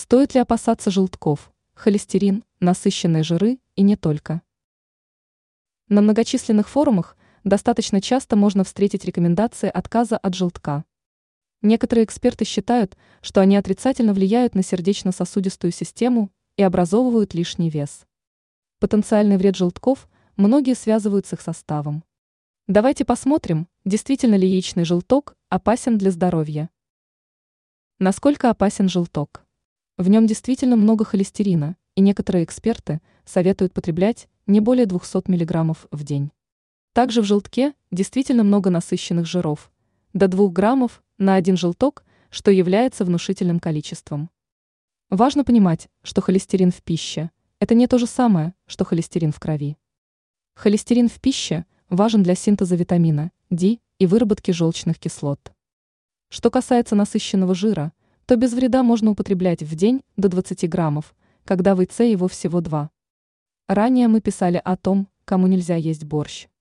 Стоит ли опасаться желтков, холестерин, насыщенные жиры и не только? На многочисленных форумах достаточно часто можно встретить рекомендации отказа от желтка. Некоторые эксперты считают, что они отрицательно влияют на сердечно-сосудистую систему и образовывают лишний вес. Потенциальный вред желтков многие связывают с их составом. Давайте посмотрим, действительно ли яичный желток опасен для здоровья. Насколько опасен желток? В нем действительно много холестерина, и некоторые эксперты советуют потреблять не более 200 мг в день. Также в желтке действительно много насыщенных жиров, до 2 граммов на один желток, что является внушительным количеством. Важно понимать, что холестерин в пище – это не то же самое, что холестерин в крови. Холестерин в пище важен для синтеза витамина D и выработки желчных кислот. Что касается насыщенного жира, то без вреда можно употреблять в день до 20 граммов, когда в яйце его всего 2. Ранее мы писали о том, кому нельзя есть борщ.